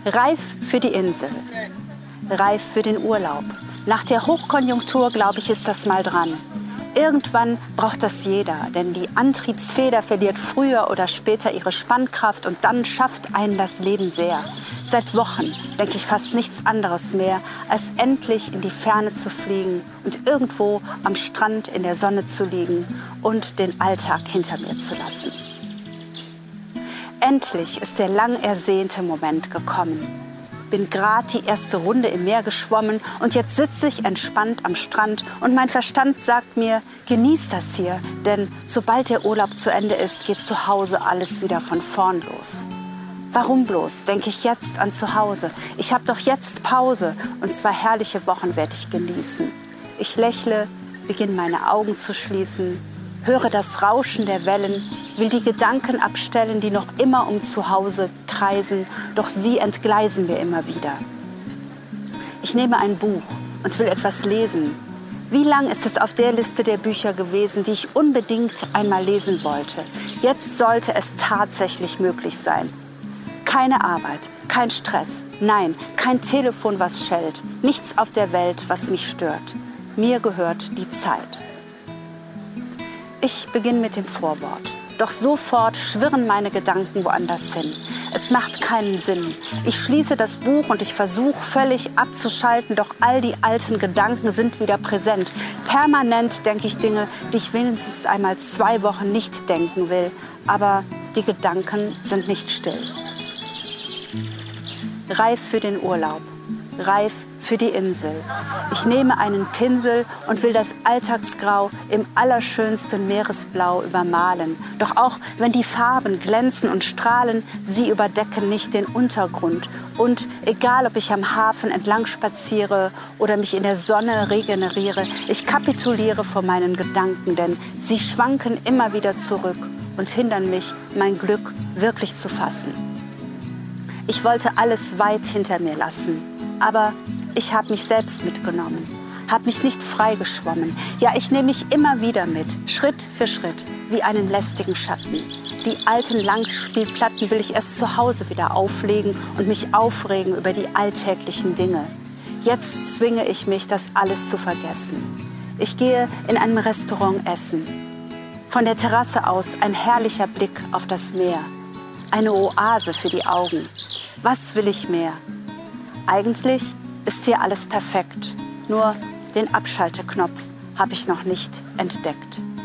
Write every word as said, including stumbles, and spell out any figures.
Reif für die Insel, reif für den Urlaub. Nach der Hochkonjunktur, glaube ich, ist das mal dran. Irgendwann braucht das jeder, denn die Antriebsfeder verliert früher oder später ihre Spannkraft und dann schafft einen das Leben sehr. Seit Wochen denke ich fast nichts anderes mehr, als endlich in die Ferne zu fliegen und irgendwo am Strand in der Sonne zu liegen und den Alltag hinter mir zu lassen. Endlich ist der lang ersehnte Moment gekommen. Bin gerade die erste Runde im Meer geschwommen und jetzt sitze ich entspannt am Strand und mein Verstand sagt mir, genieß das hier, denn sobald der Urlaub zu Ende ist, geht zu Hause alles wieder von vorn los. Warum bloß, denke ich jetzt an zu Hause. Ich habe doch jetzt Pause und zwei herrliche Wochen werde ich genießen. Ich lächle, beginne meine Augen zu schließen, höre das Rauschen der Wellen, will die Gedanken abstellen, die noch immer um zu Hause kreisen, doch sie entgleisen mir immer wieder. Ich nehme ein Buch und will etwas lesen. Wie lang ist es auf der Liste der Bücher gewesen, die ich unbedingt einmal lesen wollte? Jetzt sollte es tatsächlich möglich sein. Keine Arbeit, kein Stress, nein, kein Telefon, was schellt, nichts auf der Welt, was mich stört. Mir gehört die Zeit. Ich beginne mit dem Vorwort. Doch sofort schwirren meine Gedanken woanders hin. Es macht keinen Sinn. Ich schließe das Buch und ich versuche völlig abzuschalten, doch all die alten Gedanken sind wieder präsent. Permanent denke ich Dinge, die ich wenigstens einmal zwei Wochen nicht denken will. Aber die Gedanken sind nicht still. Reif für den Urlaub, reif für die Insel. Ich nehme einen Pinsel und will das Alltagsgrau im allerschönsten Meeresblau übermalen. Doch auch wenn die Farben glänzen und strahlen, sie überdecken nicht den Untergrund. Und egal, ob ich am Hafen entlang spaziere oder mich in der Sonne regeneriere, ich kapituliere vor meinen Gedanken, denn sie schwanken immer wieder zurück und hindern mich, mein Glück wirklich zu fassen. Ich wollte alles weit hinter mir lassen, aber ich habe mich selbst mitgenommen, habe mich nicht freigeschwommen. Ja, ich nehme mich immer wieder mit, Schritt für Schritt, wie einen lästigen Schatten. Die alten Langspielplatten will ich erst zu Hause wieder auflegen und mich aufregen über die alltäglichen Dinge. Jetzt zwinge ich mich, das alles zu vergessen. Ich gehe in einem Restaurant essen. Von der Terrasse aus ein herrlicher Blick auf das Meer. Eine Oase für die Augen. Was will ich mehr? Eigentlich ist hier alles perfekt. Nur den Abschalteknopf habe ich noch nicht entdeckt.